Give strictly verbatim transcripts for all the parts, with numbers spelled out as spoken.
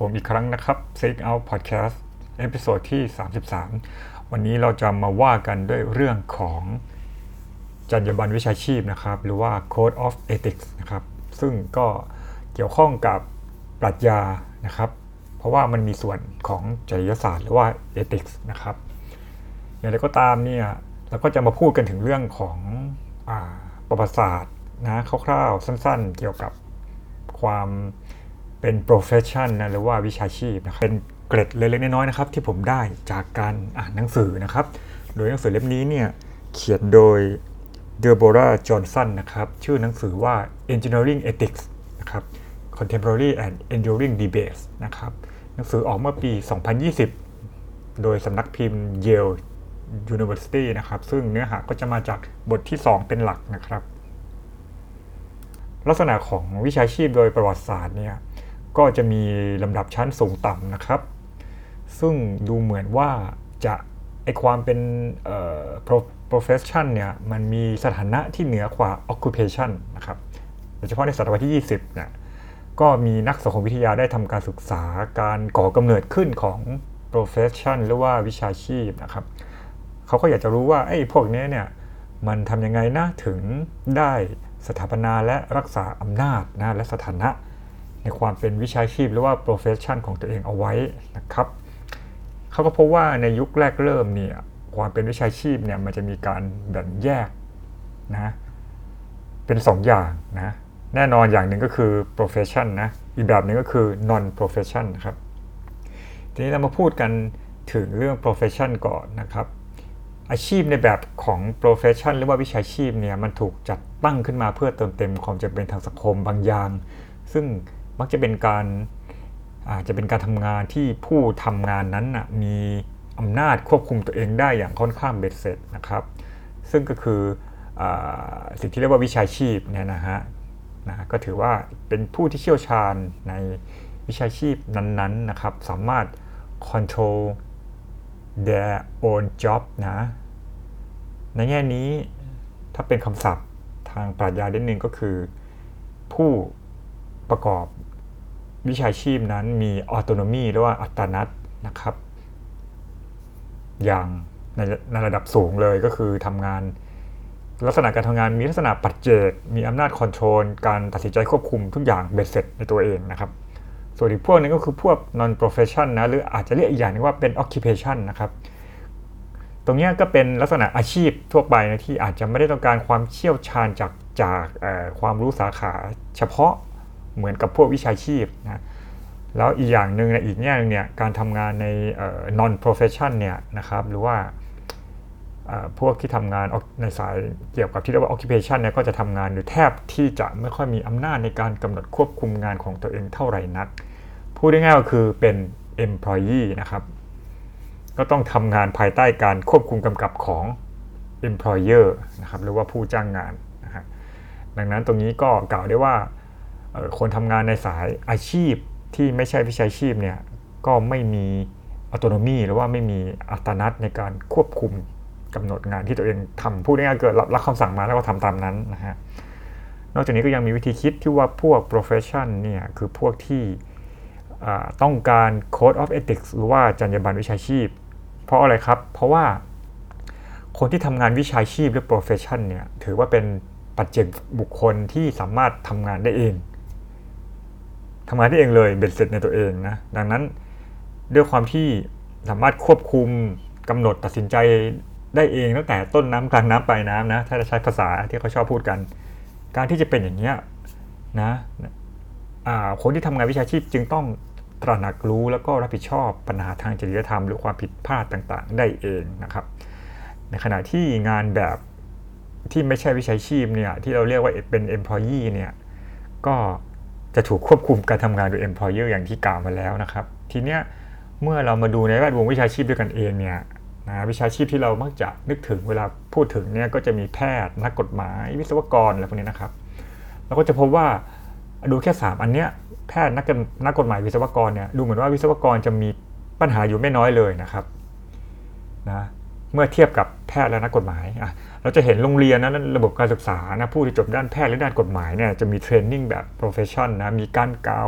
ผมอีกครั้งนะครับ Seek Out Podcast เอพิโซดที่สามสิบสามวันนี้เราจะมาว่ากันด้วยเรื่องของจรรยาบรรณวิชาชีพนะครับหรือว่า Code of Ethics นะครับซึ่งก็เกี่ยวข้องกับปรัชญานะครับเพราะว่ามันมีส่วนของจริยศาสตร์หรือว่า Ethics นะครับอย่างไรก็ตามเนี่ยเราก็จะมาพูดกันถึงเรื่องของอ่าประวัติศาสตร์นะคร่าวๆสั้นๆเกี่ยวกับความเป็น profession นะหรือว่าวิชาชีพนะเป็นเกร็ดเล็กๆน้อยๆนะครับที่ผมได้จากการอ่านหนังสือนะครับโดยหนังสือเล่มนี้เนี่ยเขียนโดยเดโบราห์ จอห์นสันนะครับชื่อหนังสือว่า Engineering Ethics นะครับ Contemporary and Enduring Debates นะครับหนังสือออกเมื่อปี สองพันยี่สิบ โดยสำนักพิมพ์ Yale University นะครับซึ่งเนื้อหาก็จะมาจากบทที่สองเป็นหลักนะครับลักษณะของวิชาชีพโดยประวัติศาสตร์เนี่ยก็จะมีลำดับชั้นสูงต่ำนะครับซึ่งดูเหมือนว่าจะไอความเป็นเอ่อ profession เนี่ยมันมีสถานะที่เหนือกว่า occupation นะครับโดยเฉพาะในศตวรรษที่ยี่สิบเนี่ยก็มีนักสังคมวิทยาได้ทำการศึกษาการก่อกำเนิดขึ้นของ profession หรือว่าวิชาชีพนะครับเขาก็อยากจะรู้ว่าไอ้พวกนี้เนี่ยมันทำยังไงนะถึงได้สถาปนาและรักษาอำนาจนะและสถานะในความเป็นวิชาชีพหรือว่า profession ของตัวเองเอาไว้นะครับเขาก็พบว่าในยุคแรกเริ่มเนี่ยความเป็นวิชาชีพเนี่ยมันจะมีการแบ่งแยกนะเป็นสองอย่างนะแน่นอนอย่างหนึ่งก็คือ profession นะอีกแบบหนึ่งก็คือ non profession นะครับทีนี้เรามาพูดกันถึงเรื่อง profession ก่อนนะครับอาชีพในแบบของ profession หรือว่าวิชาชีพเนี่ยมันถูกจัดตั้งขึ้นมาเพื่อเติมเต็มความจำเป็นทางสังคมบางอย่างซึ่งมักจะเป็นการอาจจะเป็นการทำงานที่ผู้ทำงานนั้นนะมีอำนาจควบคุมตัวเองได้อย่างค่อนข้างเบ็ดเสร็จนะครับซึ่งก็คือสิ่งที่เรียกว่าวิชาชีพเนี่ยนะฮะนะก็ถือว่าเป็นผู้ที่เชี่ยวชาญในวิชาชีพนั้นๆนะครับสามารถ control their own job นะในแง่นี้ถ้าเป็นคำศัพท์ทางปรัชญานิดนึงก็คือผู้ประกอบวิชาชีพนั้นมีออโตโนมีหรือว่าอัตนัตนะครับอย่างในในระดับสูงเลยก็คือทำงานลักษณะการทำงานมีลักษณะปัจเจกมีอำนาจคอนโทรลการตัดสินใจควบคุมทุกอย่างเบ็ดเสร็จในตัวเองนะครับส่วนอีกพวกนึงก็คือพวก non profession นะหรืออาจจะเรียกอีกอย่างนึงว่าเป็น occupation นะครับตรงนี้ก็เป็นลักษณะอาชีพทั่วไปนะที่อาจจะไม่ได้ต้องการความเชี่ยวชาญจากจากความรู้สาขาเฉพาะเหมือนกับพวกวิชาชีพนะแล้วอีกอย่างหนึ่งนะอีกแง่นึงเนี่ยการทำงานใน non profession เนี่ยนะครับหรือว่าพวกที่ทำงานในสายเกี่ยวกับที่เรียกว่า occupation เนี่ยก็จะทำงานอยู่แทบที่จะไม่ค่อยมีอำนาจในการกำหนดควบคุมงานของตัวเองเท่าไหร่นักพูดง่ายๆก็คือเป็น employee นะครับก็ต้องทำงานภายใต้การควบคุมกำกับของ employer นะครับหรือว่าผู้จ้างงานนะฮะดังนั้นตรงนี้ก็กล่าวได้ว่าคนทำงานในสายอาชีพที่ไม่ใช่วิชาชีพเนี่ยก็ไม่มีออโตโนมีหรือว่าไม่มีอัตนัตในการควบคุมกำหนดงานที่ตัวเองทำพูดง่ายๆเกิดรับคำสั่งมาแล้วก็ทำตามนั้นนะฮะนอกจากนี้ก็ยังมีวิธีคิดที่ว่าพวก profession เนี่ยคือพวกที่ต้องการ code of ethics หรือว่าจรรยาบรรณวิชาชีพเพราะอะไรครับเพราะว่าคนที่ทำงานวิชาชีพหรือ profession เนี่ยถือว่าเป็นปัจเจกบุคคลที่สามารถทำงานได้เองทำงานได้เองเลยเบ็ดเสร็จในตัวเองนะดังนั้นด้วยความที่สามารถควบคุมกำหนดตัดสินใจได้เองตั้งแต่ต้นน้ำกลางน้ำปลายน้ำนะถ้าจะใช้ภาษาที่เขาชอบพูดกันการที่จะเป็นอย่างนี้นะคนที่ทำงานวิชาชีพจึงต้องตระหนักรู้แล้วก็รับผิดชอบปัญหาทางจริยธรรมหรือความผิดพลาดต่างๆได้เองนะครับในขณะที่งานแบบที่ไม่ใช่วิชาชีพเนี่ยที่เราเรียกว่าเป็น employee เนี่ยก็จะถูกควบคุมการทำงานโดย employer อย่างที่กล่าวมาแล้วนะครับทีเนี้ยเมื่อเรามาดูในแวดวงวิชาชีพด้วยกันเองเนี่ยนะวิชาชีพที่เรามักจะนึกถึงเวลาพูดถึงเนี่ยก็จะมีแพทย์นักกฎหมายวิศวกรอะไรพวกนี้นะครับเราก็จะพบว่าดูแค่สามอันเนี้ยแพทย์นักนักกฎหมายวิศวกรเนี่ยดูเหมือนว่าวิศวกรจะมีปัญหาอยู่ไม่น้อยเลยนะครับนะเมื่อเทียบกับแพทย์และนักกฎหมายอ่ะเราจะเห็นโรงเรียนนะระบบการศึกษานะผู้ที่จบด้านแพทย์หรือด้านกฎหมายเนี่ยจะมีเทรนนิ่งแบบ profession นะมีการกล่าว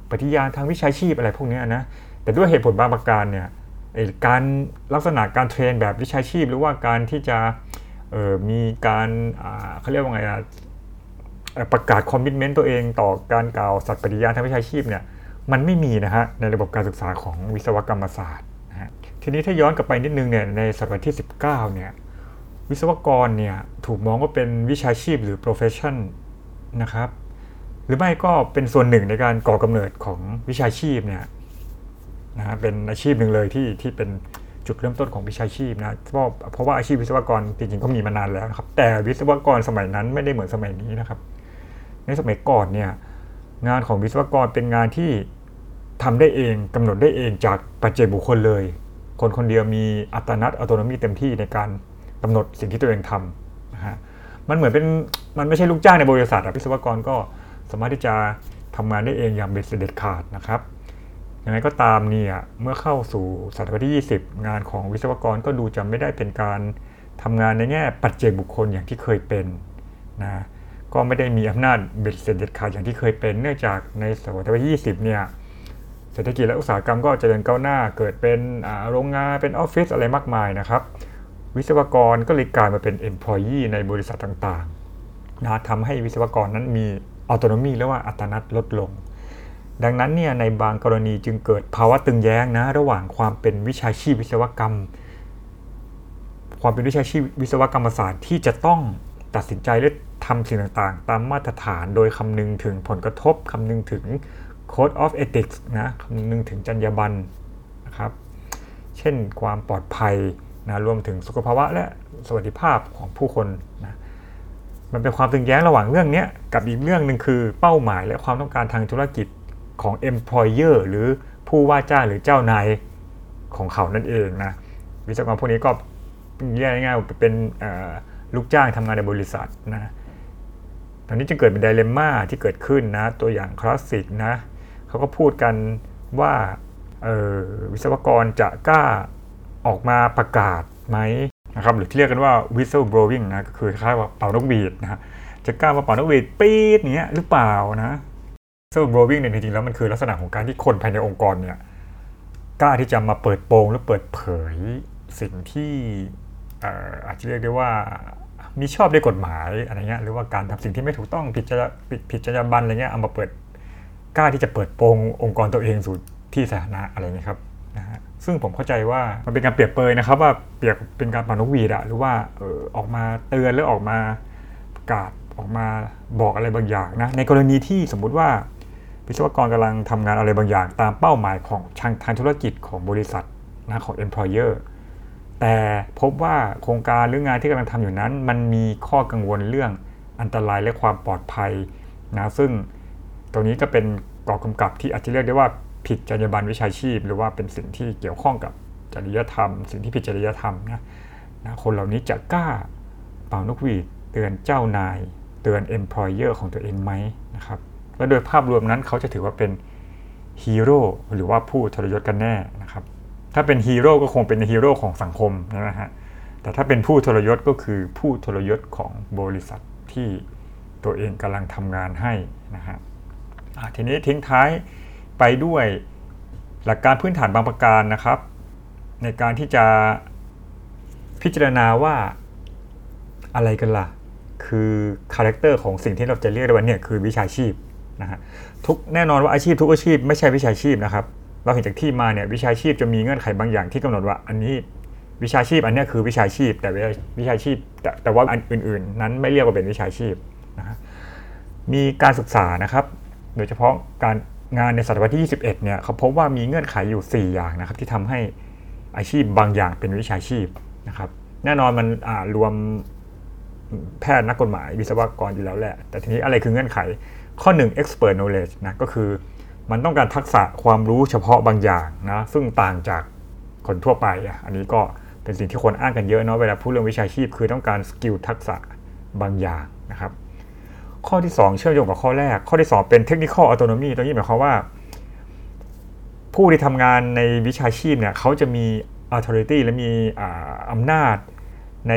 ปฏิญาณทางวิชาชีพอะไรพวกนี้นะแต่ด้วยเหตุผลบางประการเนี่ยการลักษณะการเทรนแบบวิชาชีพหรือว่าการที่จะมีการเขาเรียกว่าไงอะประกาศคอมมิตเมนต์ตัวเองต่อการกล่าวสัตย์ปฏิญาณทางวิชาชีพเนี่ยมันไม่มีนะฮะในระบบการศึกษาของวิศวกรรมศาสตร์นะฮะทีนี้ถ้าย้อนกลับไปนิดนึงเนี่ยในศตวรรษที่สิบเก้าเนี่ยวิศวกรเนี่ยถูกมองว่าเป็นวิชาชีพหรือ profession นะครับหรือไม่ก็เป็นส่วนหนึ่งในการก่อกำเนิดของวิชาชีพเนี่ยนะฮะเป็นอาชีพหนึ่งเลยที่ที่เป็นจุดเริ่มต้นของวิชาชีพนะเพราะเพราะว่าอาชีพวิศวกรจริงๆก็มีมานานแล้วนะครับแต่วิศวกรสมัยนั้นไม่ได้เหมือนสมัยนี้นะครับในสมัยก่อนเนี่ยงานของวิศวกรเป็นงานที่ทำได้เองกำหนดได้เองจากปัจเจกบุคคลเลยคนคนเดียวมีอัตนัตออโตโนมีเต็มที่ในการกำหนดสิ่งที่ตัวเองทำนะฮะมันเหมือนเป็นมันไม่ใช่ลูกจ้างในบริษัทวิศวกรก็สามารถที่จะทำงานได้เองอย่างเด็ดขาดนะครับยังไงก็ตามเนี่ยเมื่อเข้าสู่ศตวรรษที่ยี่สิบงานของวิศวกรก็ดูจะไม่ได้เป็นการทำงานในแง่ปัจเจกบุคคลอย่างที่เคยเป็นนะก็ไม่ได้มีอำนาจเบ็ดเสร็จเด็ดขาดอย่างที่เคยเป็นเนื่องจากในศตวรรษที่ยี่สิบเนี่ยเศรษฐกิจและอุตสาหกรรมก็เจริญก้าวหน้าเกิดเป็นโรงงานเป็นออฟฟิศอะไรมากมายนะครับวิศวกรก็เลยกลายมาเป็น employee ในบริษัทต่างๆนะทำให้วิศวกรนั้นมี autonomy หรือว่าอัตนัตลดลงดังนั้นเนี่ยในบางกรณีจึงเกิดภาวะตึงแย้งนะระหว่างความเป็นวิชาชีพวิศวกรรมความเป็นวิชาชีพวิศวกรรมศาสตร์ที่จะต้องตัดสินใจและทำสิ่งต่างๆตามมาตรฐานโดยคำนึงถึงผลกระทบคำนึงถึง Code of Ethics นะคำนึงถึงจรรยาบรรณนะครับเช่นความปลอดภัยนะรวมถึงสุขภาวะและสวัสดิภาพของผู้คนนะมันเป็นความตึงแย้งระหว่างเรื่องนี้กับอีกเรื่องนึงคือเป้าหมายและความต้องการทางธุรกิจของ employer หรือผู้ว่าจ้างหรือเจ้านายของเขานั่นเองนะวิศวกรพวกนี้ก็แยกง่ายๆเป็นลูกจ้างทำงานในบริษัทนะตอนนี้จึงเกิดเป็นไดเลมม่าที่เกิดขึ้นนะตัวอย่างคลาสสิกนะเขาก็พูดกันว่าวิศวกรจะกล้าออกมาประกาศไหมนะครับหรือที่เรียกกันว่า whistle blowing นะก็คือคล้ายๆว่าเป่านกหวีดนะฮะจะกล้ามาเป่านกหวีดปี๊ดอย่างเงี้ยหรือเปล่านะ whistle blowing เนี่ยจริงๆแล้วมันคือลักษณะของการที่คนภายในองค์กรเนี่ยกล้าที่จะมาเปิดโปงหรือเปิดเผยสิ่งที่อาจจะเรียกได้ว่ามีชอบด้วยกฎหมายอะไรเงี้ยหรือว่าการทำสิ่งที่ไม่ถูกต้องผิดจรรยาผิดจรรยาบรรณอะไรเงี้ยเอามาเปิดกล้าที่จะเปิดโปงองค์กรตัวเองสู่ที่สาธารณะอะไรเงี้ยครับนะฮะซึ่งผมเข้าใจว่ามันเป็นการเปรียบเปรยนะครับว่าเปรียบเป็นการเป่านกหวีดอะหรือว่าเออออกมาเตือนหรือออกมาประกาศออกมาบอกอะไรบางอย่างนะในกรณีที่สมมุติว่าวิศวกรกำลังทำงานอะไรบางอย่างตามเป้าหมายของทางทางธุรกิจของบริษัทนะของ employer แต่พบว่าโครงการหรืองานที่กำลังทำอยู่นั้นมันมีข้อกังวลเรื่องอันตรายและความปลอดภัยนะซึ่งตรงนี้ก็เป็นกรอบกำกับที่อาจจะเรียกได้ว่าผิดจรรยาบรรณวิชาชีพหรือว่าเป็นสิ่งที่เกี่ยวข้องกับจริยธรรมสิ่งที่ผิดจริยธรรมนะนะคนเหล่านี้จะกล้าเป่านกหวีดเตือนเจ้านายเตือน employer ของตัวเองไหมนะครับและโดยภาพรวมนั้นเขาจะถือว่าเป็นฮีโร่หรือว่าผู้ทรยศกันแน่นะครับถ้าเป็นฮีโร่ก็คงเป็นฮีโร่ของสังคมนะฮะแต่ถ้าเป็นผู้ทรยศก็คือผู้ทรยศของบริษัทที่ตัวเองกำลังทำงานให้นะฮะทีนี้ทิ้งท้ายไปด้วยหลักการพื้นฐานบางประการนะครับในการที่จะพิจารณาว่าอะไรกันล่ะคือคาแรคเตอร์ของสิ่งที่เราจะเรียกได้ว่าเนี่ยคือวิชาชีพนะฮะทุกแน่นอนว่าอาชีพทุกอาชีพไม่ใช่วิชาชีพนะครับเราเห็นจากที่มาเนี่ยวิชาชีพจะมีเงื่อนไขบางอย่างที่กำหนดว่าอันนี้วิชาชีพอันนี้คือวิชาชีพแต่วิชาชีพแต่แต่ว่าอันอื่นๆนั้นไม่เรียกว่าเป็นวิชาชีพนะฮะมีการศึกษานะครับโดยเฉพาะการงานในศตวรรษที่ยี่สิบเอ็ดเนี่ยเขาพบว่ามีเงื่อนไขอยู่สี่อย่างนะครับที่ทำให้อาชีพบางอย่างเป็นวิชาชีพนะครับแน่นอนมันรวมแพทย์นักกฎหมายวิศวกรอยู่แล้วแหละแต่ทีนี้อะไรคือเงื่อนไขข้อหนึ่ง expert knowledge นะก็คือมันต้องการทักษะความรู้เฉพาะบางอย่างนะซึ่งต่างจากคนทั่วไปอ่ะอันนี้ก็เป็นสิ่งที่คนอ้างกันเยอะเนาะเวลาพูดเรื่องวิชาชีพคือต้องการสกิลทักษะบางอย่างนะครับข้อที่สองเชื่อมโยงกับข้อแรกข้อที่สองเป็น technical autonomy ตรงนี้หมายความว่าผู้ที่ทำงานในวิชาชีพเนี่ยเขาจะมี authority และมีอำนาจใน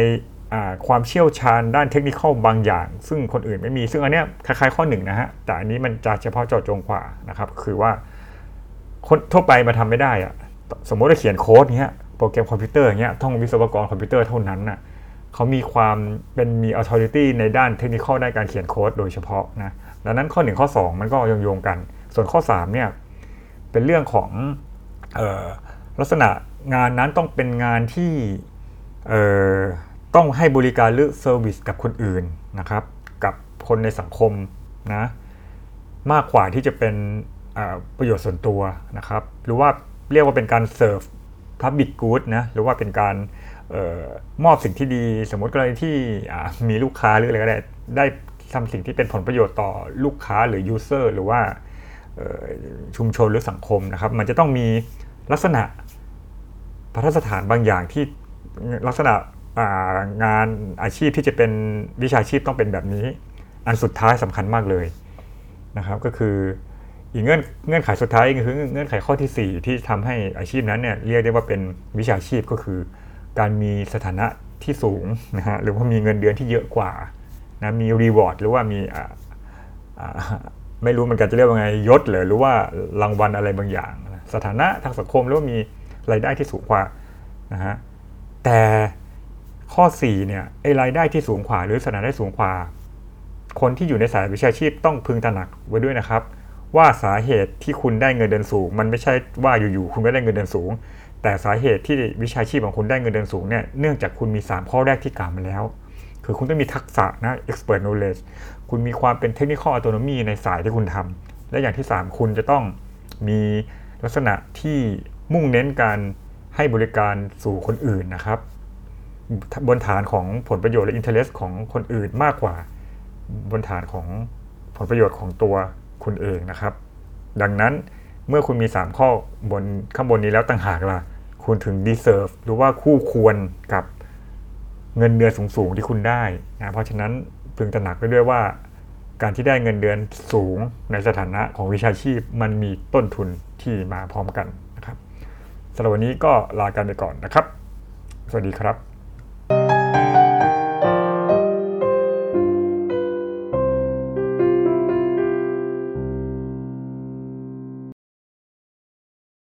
ความเชี่ยวชาญด้านเทคนิคบางอย่างซึ่งคนอื่นไม่มีซึ่งอันเนี้ยคล้ายๆข้อหนึ่งนะฮะแต่อันนี้มันจะเฉพาะเจาะจงกว่านะครับคือว่าคนทั่วไปมาทำไม่ได้อะสมมติว่าเขียนโค้ดเงี้ยโปรแกรมคอมพิวเตอร์เงี้ยต้องวิศวกรคอมพิวเตอร์เท่านั้นน่ะเขามีความเป็นมี authority ในด้านเทคนิคด้านการเขียนโค้ดโดยเฉพาะนะดังนั้นข้อหนึ่งข้อสองมันก็โยงๆกันส่วนข้อสามเนี่ยเป็นเรื่องของเอ่อลักษณะงานนั้นต้องเป็นงานที่เอ่อต้องให้บริการหรือเซอร์วิสกับคนอื่นนะครับกับคนในสังคมนะมากกว่าที่จะเป็นประโยชน์ส่วนตัวนะครับหรือว่าเรียกว่าเป็นการเสิร์ฟ Public Good นะหรือว่าเป็นการเอ่อมอบสิ่งที่ดีสมมติกรณีที่มีลูกค้าหรืออะไรก็ได้ได้ทำสิ่งที่เป็นผลประโยชน์ต่อลูกค้าหรือ User หรือว่าชุมชนหรือสังคมนะครับมันจะต้องมีลักษณะพัฒนสถานบางอย่างที่ลักษณะงานอาชีพที่จะเป็นวิชาชีพต้องเป็นแบบนี้อันสุดท้ายสำคัญมากเลยนะครับก็คืออีกเงื่อนเงื่อนไขสุดท้ายก็คือเงื่อนไขข้อที่สี่ที่ทำให้อาชีพนั้นเนี่ยเรียกได้ว่าเป็นวิชาชีพก็คือการมีสถานะที่สูงนะฮะหรือว่ามีเงินเดือนที่เยอะกว่านะมีรีวอร์ดหรือว่ามีไม่รู้มันกันจะเรียกว่าไงยศหรือหรือว่ารางวัลอะไรบางอย่างสถานะทางสังคมหรือว่ามีรายได้ที่สูงกว่านะฮะแต่ข้อสี่เนี่ยไอ้รายได้ที่สูงกว่าหรือสถานะที่สูงกว่าคนที่อยู่ในสายวิชาชีพต้องพึงตระหนักไว้ด้วยนะครับว่าสาเหตุที่คุณได้เงินเดือนสูงมันไม่ใช่ว่าอยู่ๆคุณก็ได้เงินเดือนสูงแต่สาเหตุที่วิชาชีพของคุณได้เงินเดือนสูงเนี่ยเนื่องจากคุณมีสามข้อแรกที่กล่าวมาแล้วคือคุณต้องมีทักษะนะ expert knowledge คุณมีความเป็น technical autonomy ในสายที่คุณทำและอย่างที่สามคุณจะต้องมีลักษณะที่มุ่งเน้นการให้บริการสู่คนอื่นนะครับบนฐานของผลประโยชน์และ interest ของคนอื่นมากกว่าบนฐานของผลประโยชน์ของตัวคุณเองนะครับดังนั้นเมื่อคุณมีสามข้อบนข้างบนนี้แล้วต่างหากล่ะคุณถึง deserve หรือว่าคู่ควรกับเงินเดือนสูงๆที่คุณได้นะเพราะฉะนั้นพึงตระหนักไว้ด้วยว่าการที่ได้เงินเดือนสูงในสถานะของวิชาชีพมันมีต้นทุนที่มาพร้อมกันนะครับสำหรับวันนี้ก็ลากันไปก่อนนะครับสวัสดีครับ